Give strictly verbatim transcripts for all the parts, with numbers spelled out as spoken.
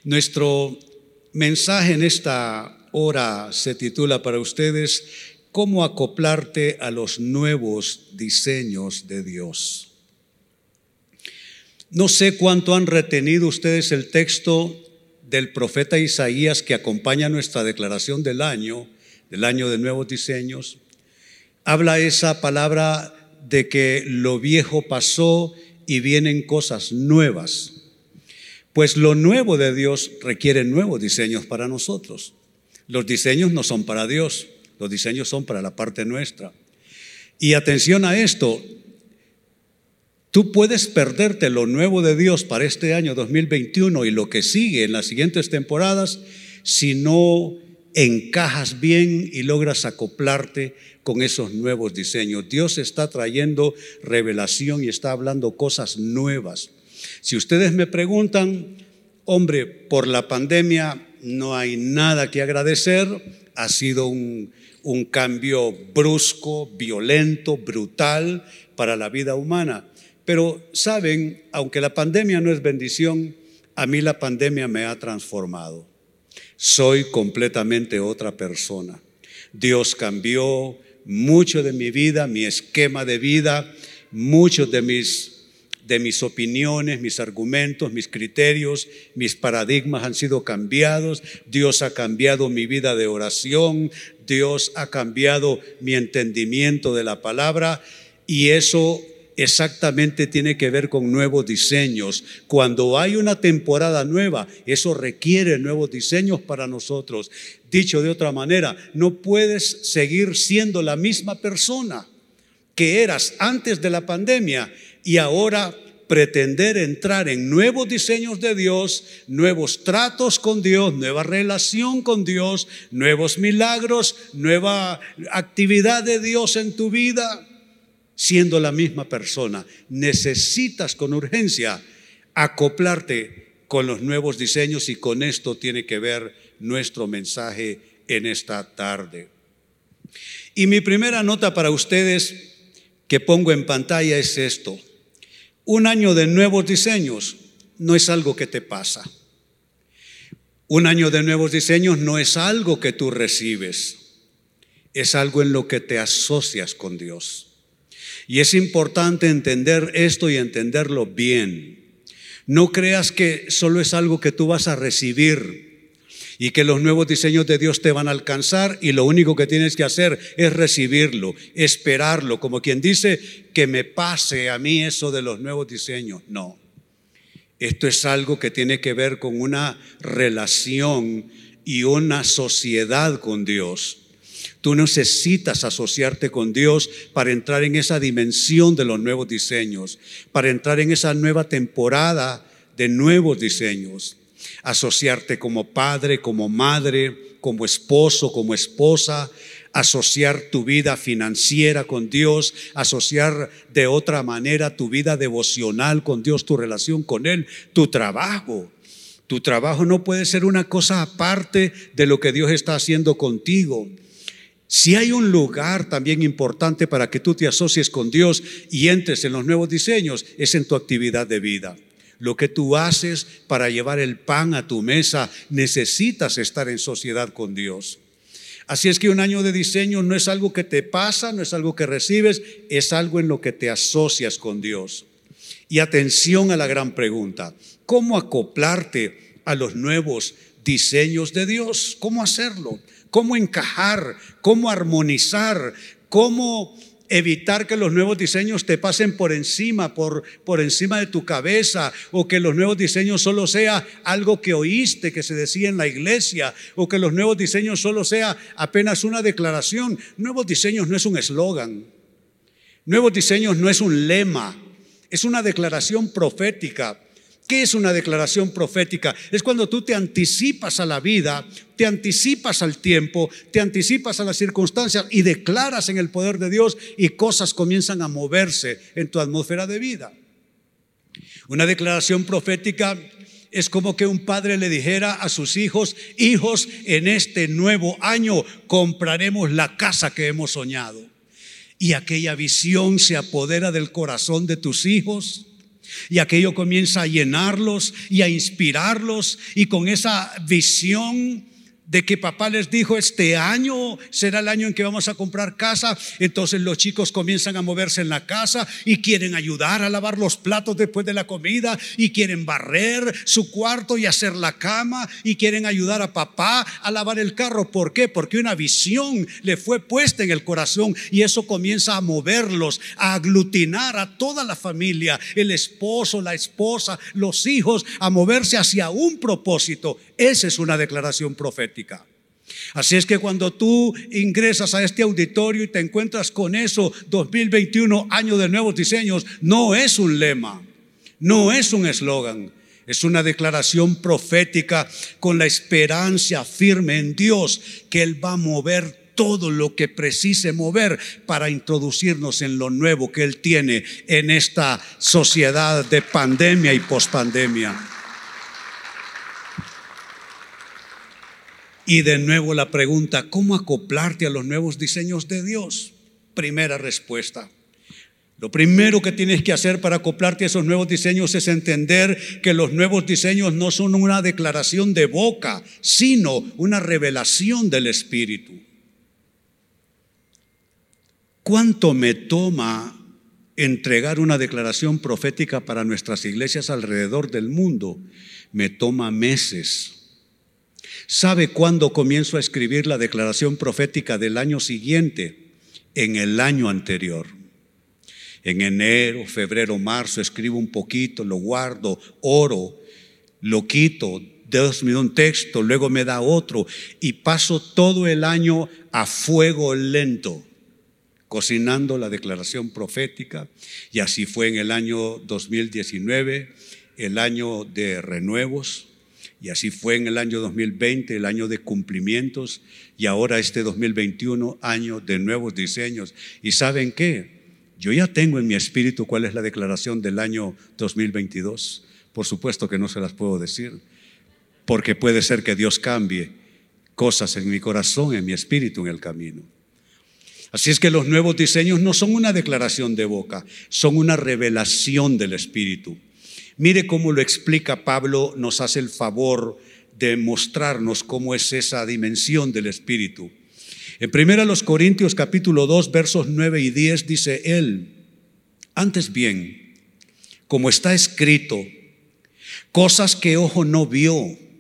Nuestro mensaje en esta hora se titula para ustedes: ¿Cómo acoplarte a los nuevos diseños de Dios? No sé cuánto han retenido ustedes el texto del profeta Isaías que acompaña nuestra declaración del año, del año de nuevos diseños. Habla esa palabra de que lo viejo pasó y vienen cosas nuevas. Pues lo nuevo de Dios requiere nuevos diseños para nosotros. Los diseños no son para Dios, los diseños son para la parte nuestra. Y atención a esto, tú puedes perderte lo nuevo de Dios para este año dos mil veintiuno y lo que sigue en las siguientes temporadas si no encajas bien y logras acoplarte con esos nuevos diseños. Dios está trayendo revelación y está hablando cosas nuevas. Si ustedes me preguntan, hombre, por la pandemia no hay nada que agradecer, ha sido un, un cambio brusco, violento, brutal para la vida humana. Pero saben, aunque la pandemia no es bendición, a mí la pandemia me ha transformado. Soy completamente otra persona. Dios cambió mucho de mi vida, mi esquema de vida, muchos de mis de mis opiniones, mis argumentos, mis criterios, mis paradigmas han sido cambiados. Dios ha cambiado mi vida de oración, Dios ha cambiado mi entendimiento de la palabra, y eso exactamente tiene que ver con nuevos diseños. Cuando hay una temporada nueva, eso requiere nuevos diseños para nosotros. Dicho de otra manera, no puedes seguir siendo la misma persona que eras antes de la pandemia y ahora pretender entrar en nuevos diseños de Dios, nuevos tratos con Dios, nueva relación con Dios, nuevos milagros, nueva actividad de Dios en tu vida, siendo la misma persona. Necesitas con urgencia acoplarte con los nuevos diseños, y con esto tiene que ver nuestro mensaje en esta tarde. Y mi primera nota para ustedes que pongo en pantalla es esto: un año de nuevos diseños no es algo que te pasa. Un año de nuevos diseños no es algo que tú recibes, es algo en lo que te asocias con Dios. Y es importante entender esto y entenderlo bien. No creas que solo es algo que tú vas a recibir y que los nuevos diseños de Dios te van a alcanzar y lo único que tienes que hacer es recibirlo, esperarlo, como quien dice que me pase a mí eso de los nuevos diseños. No, esto es algo que tiene que ver con una relación y una sociedad con Dios. Tú necesitas asociarte con Dios para entrar en esa dimensión de los nuevos diseños, para entrar en esa nueva temporada de nuevos diseños. Asociarte como padre, como madre, como esposo, como esposa, asociar tu vida financiera con Dios, asociar de otra manera tu vida devocional con Dios, tu relación con Él, tu trabajo. Tu trabajo no puede ser una cosa aparte de lo que Dios está haciendo contigo. Si hay un lugar también importante para que tú te asocies con Dios y entres en los nuevos diseños, es en tu actividad de vida. Lo que tú haces para llevar el pan a tu mesa, necesitas estar en sociedad con Dios. Así es que un año de diseño no es algo que te pasa, no es algo que recibes, es algo en lo que te asocias con Dios. Y atención a la gran pregunta: ¿cómo acoplarte a los nuevos diseños de Dios? ¿Cómo hacerlo? ¿Cómo encajar? ¿Cómo armonizar? ¿Cómo evitar que los nuevos diseños te pasen por encima, por, por encima de tu cabeza, o que los nuevos diseños solo sea algo que oíste que se decía en la iglesia, o que los nuevos diseños solo sea apenas una declaración? Nuevos diseños no es un eslogan, nuevos diseños no es un lema, es una declaración profética. ¿Qué es una declaración profética? Es cuando tú te anticipas a la vida, te anticipas al tiempo, te anticipas a las circunstancias y declaras en el poder de Dios, y cosas comienzan a moverse en tu atmósfera de vida. Una declaración profética es como que un padre le dijera a sus hijos: hijos, en este nuevo año compraremos la casa que hemos soñado. Y aquella visión se apodera del corazón de tus hijos. Y aquello comienza a llenarlos y a inspirarlos, y con esa visión de que papá les dijo: este año será el año en que vamos a comprar casa. Entonces los chicos comienzan a moverse en la casa y quieren ayudar a lavar los platos después de la comida, y quieren barrer su cuarto y hacer la cama, y quieren ayudar a papá a lavar el carro. ¿Por qué? Porque una visión le fue puesta en el corazón, y eso comienza a moverlos, a aglutinar a toda la familia, el esposo, la esposa, los hijos, a moverse hacia un propósito. Esa es una declaración profética. Así es que cuando tú ingresas a este auditorio y te encuentras con eso, dos mil veintiuno, año de nuevos diseños, no es un lema, no es un eslogan, es una declaración profética con la esperanza firme en Dios que Él va a mover todo lo que precise mover para introducirnos en lo nuevo que Él tiene en esta sociedad de pandemia y pospandemia. Y de nuevo la pregunta: ¿cómo acoplarte a los nuevos diseños de Dios? Primera respuesta: lo primero que tienes que hacer para acoplarte a esos nuevos diseños es entender que los nuevos diseños no son una declaración de boca, sino una revelación del Espíritu. ¿Cuánto me toma entregar una declaración profética para nuestras iglesias alrededor del mundo? Me toma meses. ¿Sabe cuándo comienzo a escribir la declaración profética del año siguiente? En el año anterior. En enero, febrero, marzo escribo un poquito, lo guardo, oro, lo quito, Dios me da un texto, luego me da otro, y paso todo el año a fuego lento, cocinando la declaración profética. Y así fue en el año dos mil diecinueve, el año de renuevos. Y así fue en el año dos mil veinte, el año de cumplimientos, y ahora este dos mil veintiuno, año de nuevos diseños. ¿Y saben qué? Yo ya tengo en mi espíritu cuál es la declaración del año dos mil veintidós. Por supuesto que no se las puedo decir, porque puede ser que Dios cambie cosas en mi corazón, en mi espíritu, en el camino. Así es que los nuevos diseños no son una declaración de boca, son una revelación del Espíritu. Mire cómo lo explica Pablo, nos hace el favor de mostrarnos cómo es esa dimensión del Espíritu. En primera los Corintios capítulo dos, versos nueve y diez dice él: antes bien, como está escrito, cosas que ojo no vio,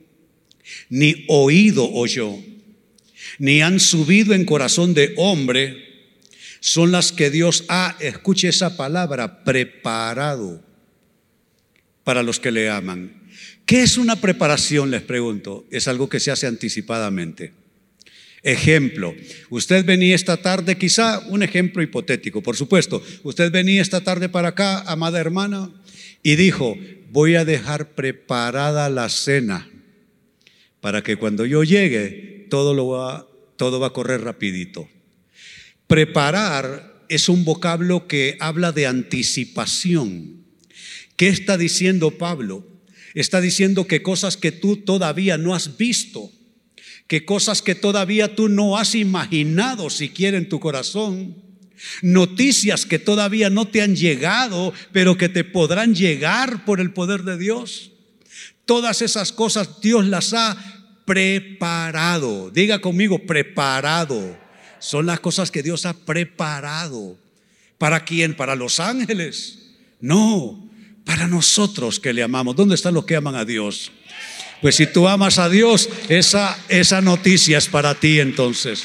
ni oído oyó, ni han subido en corazón de hombre, son las que Dios ha, escuche esa palabra, preparado para los que le aman. ¿Qué es una preparación? Les pregunto. Es algo que se hace anticipadamente. Ejemplo, usted venía esta tarde, quizá un ejemplo hipotético, por supuesto, usted venía esta tarde para acá, amada hermana, y dijo: voy a dejar preparada la cena para que cuando yo llegue todo, lo va, todo va a correr rapidito. Preparar es un vocablo que habla de anticipación. ¿Qué está diciendo Pablo? Está diciendo que cosas que tú todavía no has visto, que cosas que todavía tú no has imaginado siquiera en tu corazón, noticias que todavía no te han llegado, pero que te podrán llegar por el poder de Dios. Todas esas cosas Dios las ha preparado. Diga conmigo, preparado. Son las cosas que Dios ha preparado. ¿Para quién? ¿Para los ángeles? No, para nosotros que le amamos. ¿Dónde están los que aman a Dios? Pues si tú amas a Dios, esa, esa noticia es para ti entonces.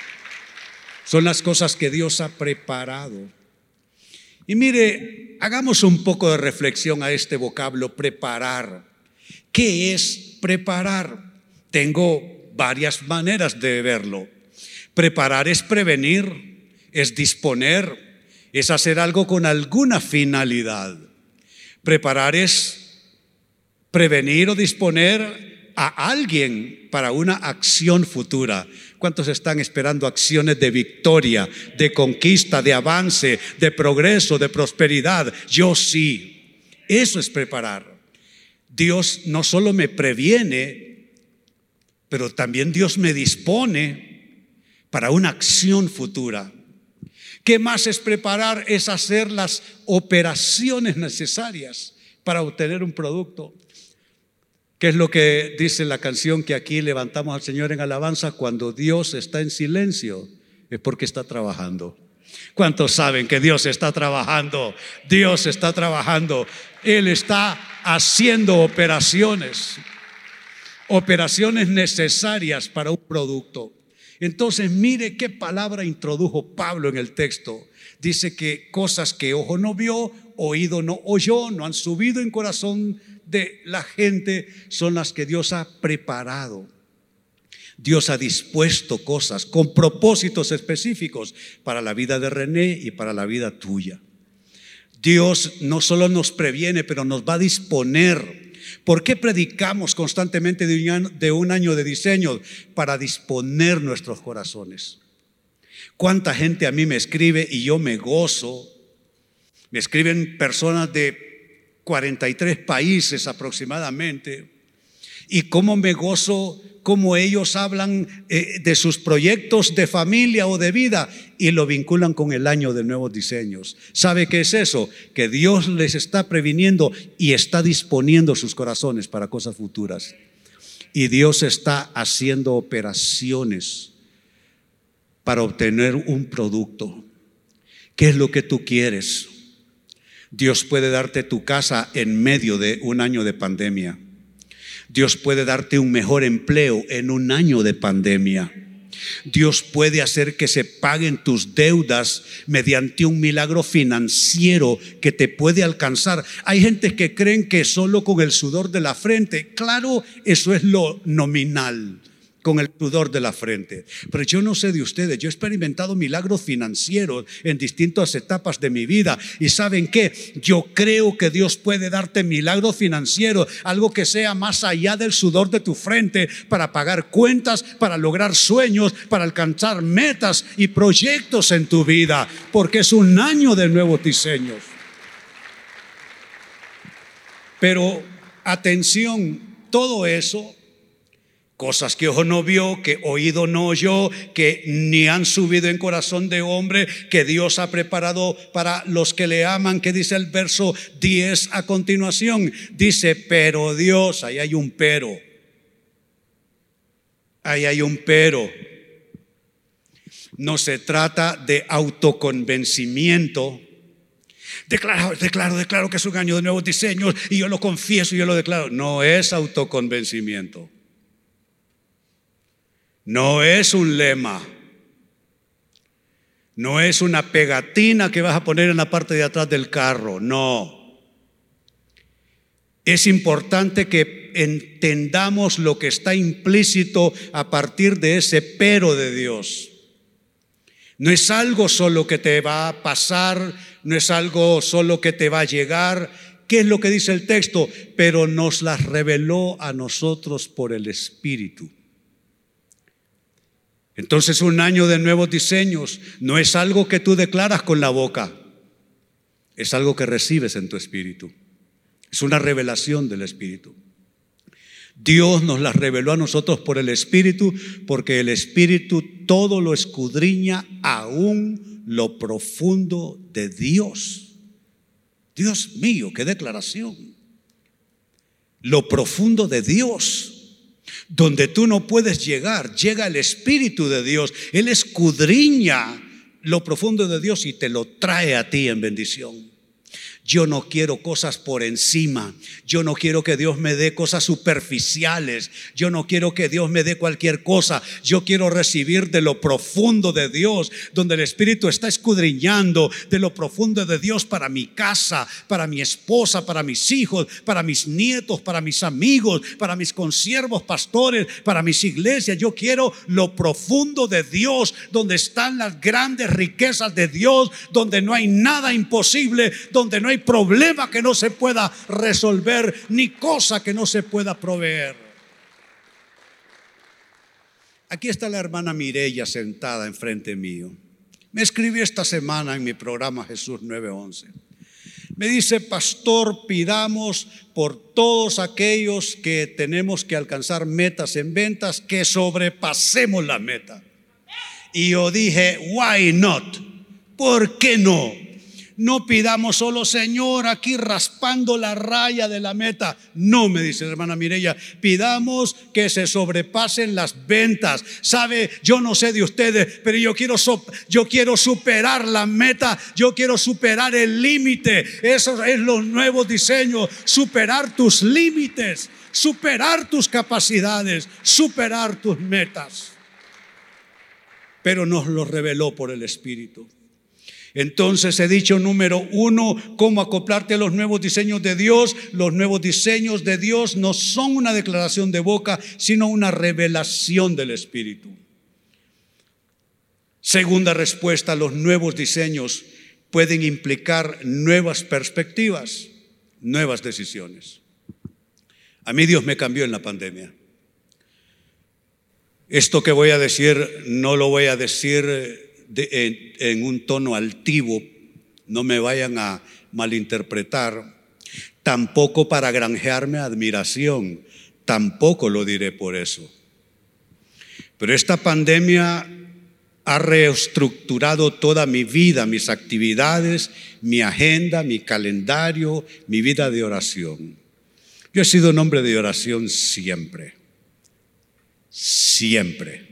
Son las cosas que Dios ha preparado. Y mire, hagamos un poco de reflexión a este vocablo, preparar. ¿Qué es preparar? Tengo varias maneras de verlo. Preparar es prevenir, es disponer, es hacer algo con alguna finalidad. Preparar es prevenir o disponer a alguien para una acción futura. ¿Cuántos están esperando acciones de victoria, de conquista, de avance, de progreso, de prosperidad? Yo sí. Eso es preparar. Dios no solo me previene, pero también Dios me dispone para una acción futura. ¿Qué más es preparar? Es hacer las operaciones necesarias. para obtener un producto. ¿Qué es lo que dice la canción que aquí levantamos al Señor en alabanza? Cuando Dios está en silencio, es porque está trabajando. ¿Cuántos saben que Dios está trabajando? Dios está trabajando. Él está haciendo operaciones, operaciones necesarias para un producto. Entonces, mire qué palabra introdujo Pablo en el texto. Dice que cosas que ojo no vio, oído no oyó, no han subido en corazón de la gente, son las que Dios ha preparado. Dios ha dispuesto cosas con propósitos específicos para la vida de René y para la vida tuya. Dios no solo nos previene, pero nos va a disponer. ¿Por qué predicamos constantemente de un año de, un año de diseño? Para disponer nuestros corazones. ¿Cuánta gente a mí me escribe y yo me gozo? Me escriben personas de cuarenta y tres países aproximadamente. Y cómo me gozo, cómo ellos hablan eh, de sus proyectos de familia o de vida y lo vinculan con el año de nuevos diseños. ¿Sabe qué es eso? Que Dios les está previniendo y está disponiendo sus corazones para cosas futuras. Y Dios está haciendo operaciones para obtener un producto. ¿Qué es lo que tú quieres? Dios puede darte tu casa en medio de un año de pandemia. Dios puede darte un mejor empleo en un año de pandemia. Dios puede hacer que se paguen tus deudas mediante un milagro financiero que te puede alcanzar. Hay gente que creen que solo con el sudor de la frente, claro, eso es lo nominal, con el sudor de la frente. Pero yo no sé de ustedes, yo he experimentado milagros financieros en distintas etapas de mi vida. ¿Y saben qué? Yo creo que Dios puede darte milagros financieros, algo que sea más allá del sudor de tu frente, para pagar cuentas, para lograr sueños, para alcanzar metas y proyectos en tu vida, porque es un año de nuevos diseños. Pero atención, todo eso, cosas que ojo no vio, que oído no oyó, que ni han subido en corazón de hombre, que Dios ha preparado para los que le aman. Que dice el verso diez a continuación, dice, pero Dios, ahí hay un pero, ahí hay un pero. No se trata de autoconvencimiento. Declaro, declaro, declaro que es un año de nuevos diseños y yo lo confieso y yo lo declaro. No es autoconvencimiento. No es un lema, no es una pegatina que vas a poner en la parte de atrás del carro, no. Es importante que entendamos lo que está implícito a partir de ese pero de Dios. No es algo solo que te va a pasar, no es algo solo que te va a llegar. ¿Qué es lo que dice el texto? Pero nos las reveló a nosotros por el Espíritu. Entonces, un año de nuevos diseños no es algo que tú declaras con la boca, es algo que recibes en tu espíritu. Es una revelación del Espíritu. Dios nos las reveló a nosotros por el Espíritu, porque el Espíritu todo lo escudriña, aún lo profundo de Dios. Dios mío, qué declaración. Lo profundo de Dios. Donde tú no puedes llegar, llega el Espíritu de Dios. Él escudriña lo profundo de Dios y te lo trae a ti en bendición. Yo no quiero cosas por encima. Yo no quiero que Dios me dé cosas superficiales. Yo no quiero que Dios me dé cualquier cosa. Yo quiero recibir de lo profundo de Dios, donde el Espíritu está escudriñando de lo profundo de Dios para mi casa, para mi esposa, para mis hijos, para mis nietos, para mis amigos, para mis consiervos pastores, para mis iglesias. Yo quiero lo profundo de Dios, donde están las grandes riquezas de Dios, donde no hay nada imposible, donde no hay problema que no se pueda resolver, ni cosa que no se pueda proveer. Aquí está la hermana Mireya sentada enfrente mío. Me escribió esta semana en mi programa Jesús nueve once. Me dice: pastor, pidamos por todos aquellos que tenemos que alcanzar metas en ventas, que sobrepasemos la meta. Y yo dije, why not? ¿Por qué no? No pidamos solo, Señor, aquí raspando la raya de la meta. No, me dice la hermana Mireya, pidamos que se sobrepasen las ventas. Sabe, yo no sé de ustedes, pero yo quiero, yo quiero superar la meta. Yo quiero superar el límite. Eso es los nuevos diseños. Superar tus límites, superar tus capacidades, superar tus metas. Pero nos lo reveló por el Espíritu. Entonces he dicho, número uno, cómo acoplarte a los nuevos diseños de Dios. Los nuevos diseños de Dios no son una declaración de boca, sino una revelación del Espíritu. Segunda respuesta, los nuevos diseños pueden implicar nuevas perspectivas, nuevas decisiones. A mí Dios me cambió en la pandemia. Esto que voy a decir no lo voy a decir de, en, en un tono altivo, no me vayan a malinterpretar, tampoco para granjearme admiración, tampoco lo diré por eso. Pero esta pandemia ha reestructurado toda mi vida, mis actividades, mi agenda, mi calendario, mi vida de oración. Yo he sido un hombre de oración siempre, siempre.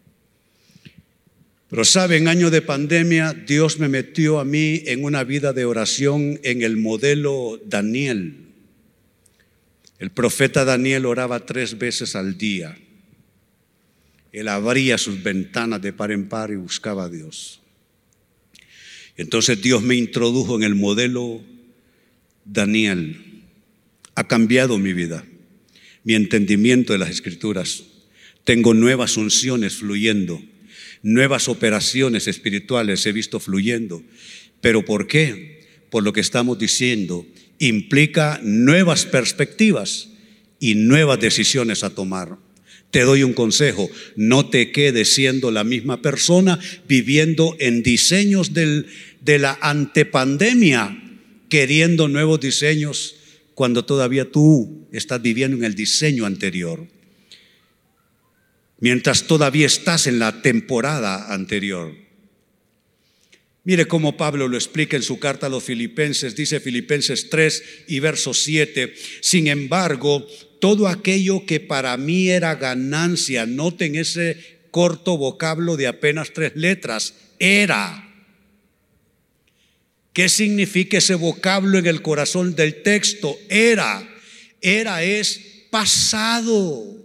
Pero sabe, en año de pandemia Dios me metió a mí en una vida de oración en el modelo Daniel. El profeta Daniel oraba tres veces al día. Él abría sus ventanas de par en par y buscaba a Dios. Entonces Dios me introdujo en el modelo Daniel. Ha cambiado mi vida, mi entendimiento de las Escrituras. Tengo nuevas unciones fluyendo, nuevas operaciones espirituales he visto fluyendo. ¿Pero por qué? Por lo que estamos diciendo, implica nuevas perspectivas y nuevas decisiones a tomar. Te doy un consejo, no te quedes siendo la misma persona viviendo en diseños del, de la antepandemia, queriendo nuevos diseños cuando todavía tú estás viviendo en el diseño anterior. Mientras todavía estás en la temporada anterior. Mire cómo Pablo lo explica en su carta a los Filipenses. Dice Filipenses tres y verso siete. Sin embargo, todo aquello que para mí era ganancia, noten ese corto vocablo de apenas tres letras, era. ¿Qué significa ese vocablo en el corazón del texto? Era. Era es pasado.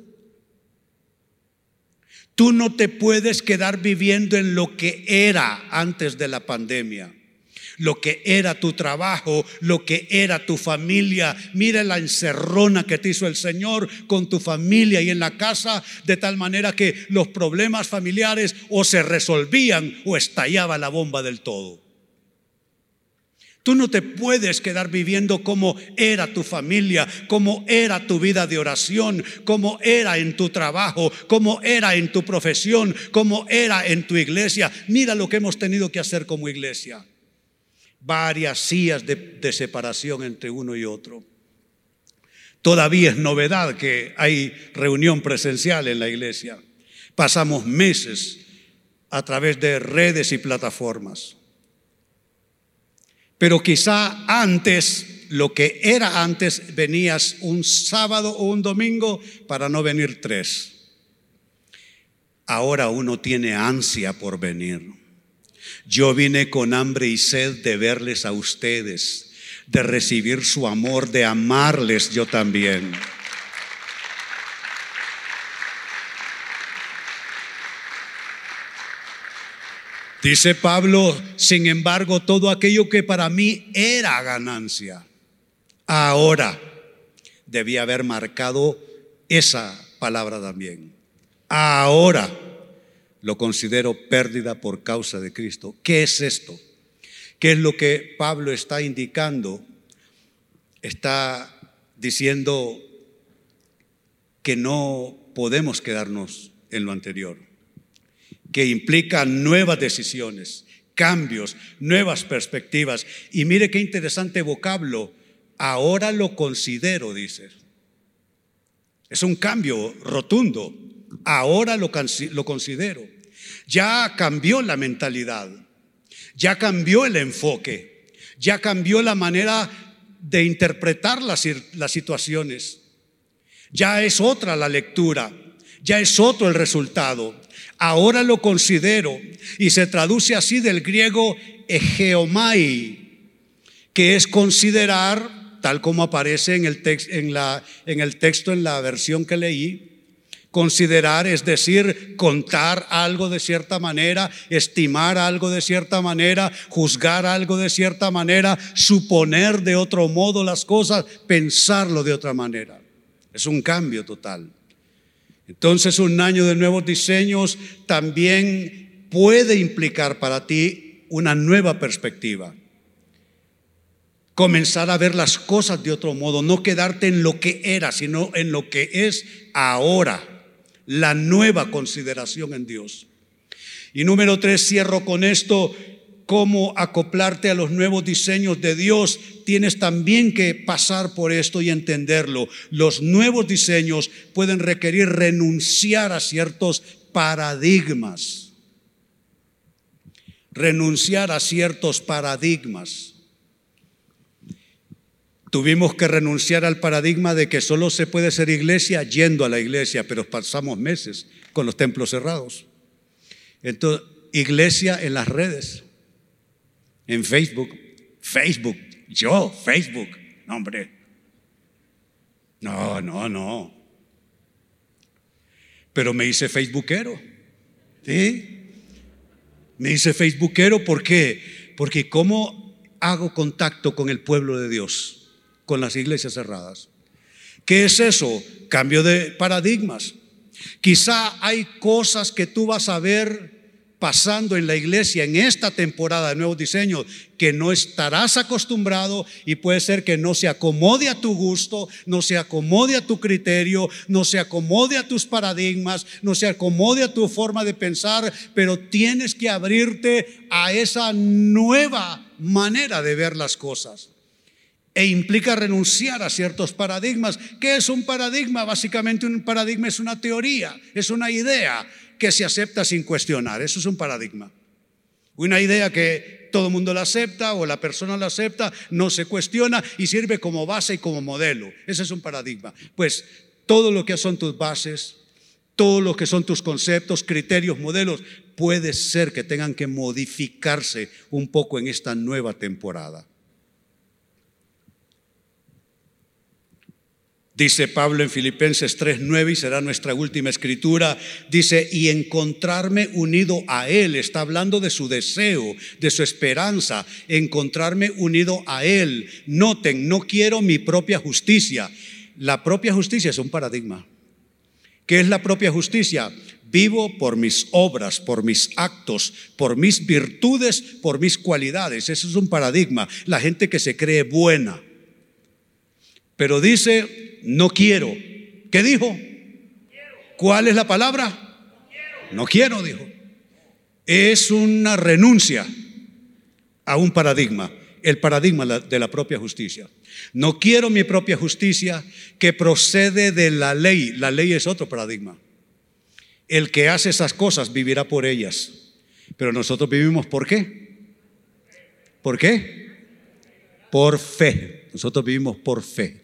Tú no te puedes quedar viviendo en lo que era antes de la pandemia. Lo que era tu trabajo, lo que era tu familia. Mira la encerrona que te hizo el Señor con tu familia y en la casa, de tal manera que los problemas familiares o se resolvían o estallaba la bomba del todo. Tú no te puedes quedar viviendo como era tu familia, como era tu vida de oración, como era en tu trabajo, como era en tu profesión, como era en tu iglesia. Mira lo que hemos tenido que hacer como iglesia. Varias sillas de, de separación entre uno y otro. Todavía es novedad que hay reunión presencial en la iglesia. Pasamos meses a través de redes y plataformas. Pero quizá antes, lo que era antes, venías un sábado o un domingo para no venir tres. Ahora uno tiene ansia por venir. Yo vine con hambre y sed de verles a ustedes, de recibir su amor, de amarles yo también. Dice Pablo, sin embargo, todo aquello que para mí era ganancia, ahora debía haber marcado esa palabra también. Ahora lo considero pérdida por causa de Cristo. ¿Qué es esto? ¿Qué es lo que Pablo está indicando? Está diciendo que no podemos quedarnos en lo anterior, que implica nuevas decisiones, cambios, nuevas perspectivas. Y mire qué interesante vocablo, ahora lo considero, dice. Es un cambio rotundo, ahora lo, lo considero. Ya cambió la mentalidad, ya cambió el enfoque, Ya cambió la manera de interpretar las, las situaciones. Ya es otra la lectura, ya es otro el resultado. Ahora lo considero, y se traduce así del griego egeomai, que es considerar, tal como aparece en el, tex, en, la, en el texto, en la versión que leí. Considerar es decir, contar algo de cierta manera, estimar algo de cierta manera, juzgar algo de cierta manera, suponer de otro modo las cosas, pensarlo de otra manera. Es un cambio total. Entonces, un año de nuevos diseños también puede implicar para ti una nueva perspectiva. Comenzar a ver las cosas de otro modo, no quedarte en lo que era, sino en lo que es ahora. La nueva consideración en Dios. Y número tres, cierro con esto: cómo acoplarte a los nuevos diseños de Dios. Tienes también que pasar por esto y entenderlo. Los nuevos diseños pueden requerir renunciar a ciertos paradigmas. Renunciar a ciertos paradigmas. Tuvimos que renunciar al paradigma de que solo se puede ser iglesia yendo a la iglesia, pero pasamos meses con los templos cerrados. Entonces, iglesia en las redes, en Facebook, Facebook, yo, Facebook, no hombre, no, no, no. Pero me hice facebookero, ¿sí? Me hice facebookero, ¿por qué? Porque ¿cómo hago contacto con el pueblo de Dios? Con las iglesias cerradas. ¿Qué es eso? Cambio de paradigmas. Quizá hay cosas que tú vas a ver pasando en la iglesia en esta temporada de nuevos diseños que no estarás acostumbrado, y puede ser que no se acomode a tu gusto, no se acomode a tu criterio, no se acomode a tus paradigmas, no se acomode a tu forma de pensar, pero tienes que abrirte a esa nueva manera de ver las cosas. E implica renunciar a ciertos paradigmas. ¿Qué es un paradigma? Básicamente un paradigma es una teoría, es una idea que se acepta sin cuestionar. Eso es un paradigma. Una idea que todo el mundo la acepta o la persona la acepta, no se cuestiona y sirve como base y como modelo. Ese es un paradigma. Pues todo lo que son tus bases, todo lo que son tus conceptos, criterios, modelos, puede ser que tengan que modificarse un poco en esta nueva temporada. Dice Pablo en Filipenses tres nueve, y será nuestra última escritura, dice: y encontrarme unido a Él. Está hablando de su deseo, de su esperanza, encontrarme unido a Él. Noten, no quiero mi propia justicia. La propia justicia es un paradigma. ¿Qué es la propia justicia? Vivo por mis obras, por mis actos, por mis virtudes, por mis cualidades. Eso es un paradigma. La gente que se cree buena. Pero dice: no quiero. ¿Qué dijo? ¿Cuál es la palabra? No quiero, dijo. Es una renuncia a un paradigma, el paradigma de la propia justicia. No quiero mi propia justicia que procede de la ley. La ley es otro paradigma. El que hace esas cosas vivirá por ellas. Pero nosotros vivimos ¿por qué? ¿Por qué? Por fe. Nosotros vivimos por fe.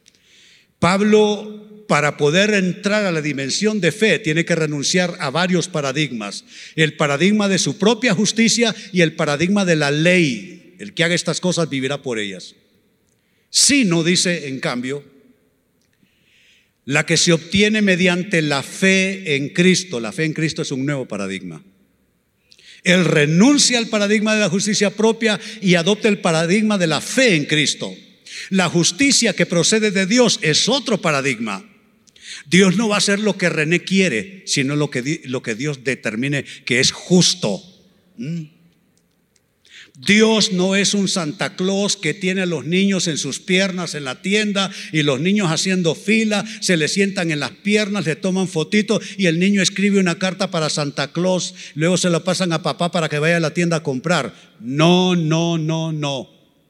Pablo, para poder entrar a la dimensión de fe, tiene que renunciar a varios paradigmas. El paradigma de su propia justicia y el paradigma de la ley. El que haga estas cosas vivirá por ellas. Si no, dice, en cambio, la que se obtiene mediante la fe en Cristo. La fe en Cristo es un nuevo paradigma. Él renuncia al paradigma de la justicia propia y adopta el paradigma de la fe en Cristo. La justicia que procede de Dios es otro paradigma. Dios no va a hacer lo que René quiere, sino lo que, lo que Dios determine que es justo. ¿Mm? Dios no es un Santa Claus que tiene a los niños en sus piernas en la tienda y los niños haciendo fila, se le sientan en las piernas, le toman fotitos y el niño escribe una carta para Santa Claus, luego se lo pasan a papá para que vaya a la tienda a comprar. No, no, no, no.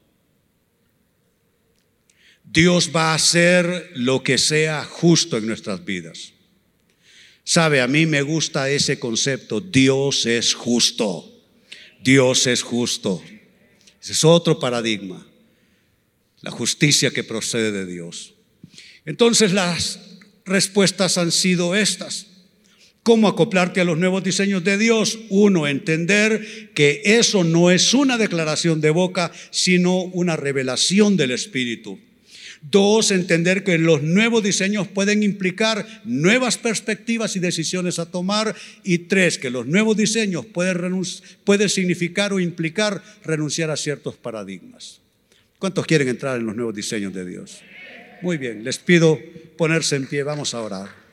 Dios va a hacer lo que sea justo en nuestras vidas. Sabe, a mí me gusta ese concepto. Dios es justo. Dios es justo. Ese es otro paradigma, la justicia que procede de Dios. Entonces las respuestas han sido estas. ¿Cómo acoplarte a los nuevos diseños de Dios? Uno, entender que eso no es una declaración de boca, sino una revelación del Espíritu. Dos, entender que los nuevos diseños pueden implicar nuevas perspectivas y decisiones a tomar. Y tres, que los nuevos diseños pueden, renunci- pueden significar o implicar renunciar a ciertos paradigmas. ¿Cuántos quieren entrar en los nuevos diseños de Dios? Muy bien, les pido ponerse en pie, vamos a orar.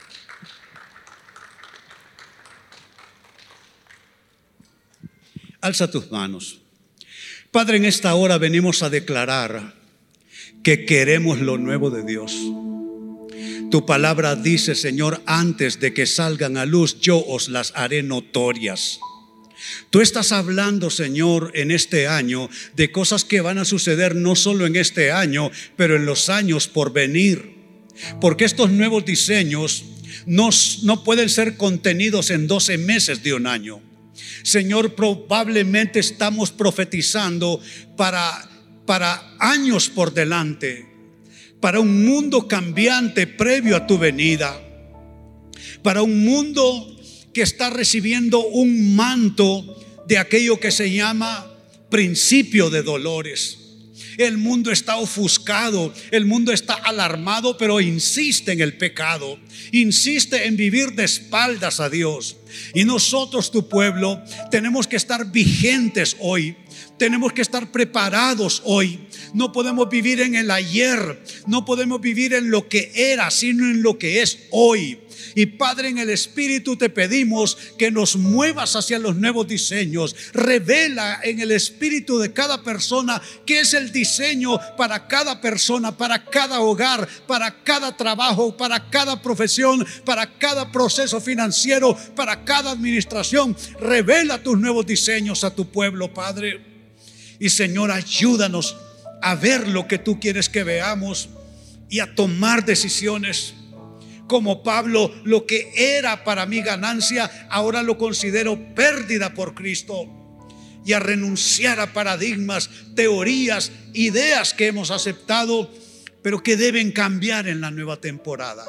Alza tus manos. Padre, en esta hora venimos a declarar que queremos lo nuevo de Dios. Tu palabra dice, Señor, antes de que salgan a luz, yo os las haré notorias. Tú estás hablando, Señor, en este año de cosas que van a suceder no solo en este año, pero en los años por venir. Porque estos nuevos diseños no, no pueden ser contenidos en doce meses de un año. Señor, probablemente estamos profetizando para, para años por delante, para un mundo cambiante previo a tu venida, para un mundo que está recibiendo un manto de aquello que se llama principio de dolores. El mundo está ofuscado, el mundo está alarmado, pero insiste en el pecado, insiste en vivir de espaldas a Dios. Y nosotros, tu pueblo, tenemos que estar vigentes hoy. Tenemos que estar preparados hoy. No podemos vivir en el ayer, no podemos vivir en lo que era, sino en lo que es hoy. Y Padre, en el Espíritu te pedimos que nos muevas hacia los nuevos diseños. Revela en el espíritu de cada persona qué es el diseño para cada persona, para cada hogar, para cada trabajo, para cada profesión, para cada proceso financiero, para cada administración. Revela tus nuevos diseños a tu pueblo, Padre. Y Señor, ayúdanos a ver lo que tú quieres que veamos y a tomar decisiones. Como Pablo, lo que era para mí ganancia, ahora lo considero pérdida por Cristo. Y a renunciar a paradigmas, teorías, ideas que hemos aceptado, pero que deben cambiar en la nueva temporada.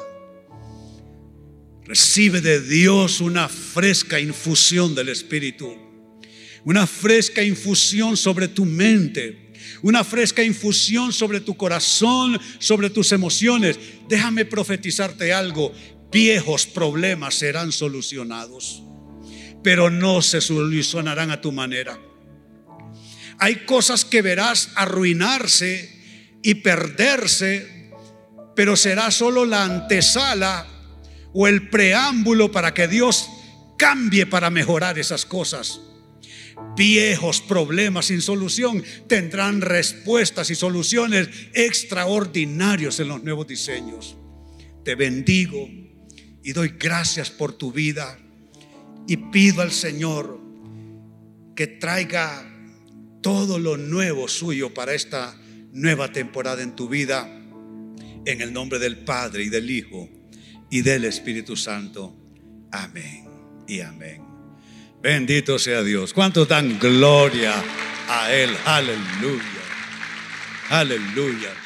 Recibe de Dios una fresca infusión del Espíritu, una fresca infusión sobre tu mente, una fresca infusión sobre tu corazón, sobre tus emociones. Déjame profetizarte algo: viejos problemas serán solucionados, pero no se solucionarán a tu manera. Hay cosas que verás arruinarse y perderse, pero será solo la antesala o el preámbulo para que Dios cambie para mejorar esas cosas. Viejos problemas sin solución tendrán respuestas y soluciones extraordinarios en los nuevos diseños. Te bendigo y doy gracias por tu vida, y pido al Señor que traiga todo lo nuevo suyo para esta nueva temporada en tu vida, en el nombre del Padre y del Hijo y del Espíritu Santo. Amén y amén. Bendito sea Dios. ¿Cuántos dan gloria a Él? Aleluya. Aleluya.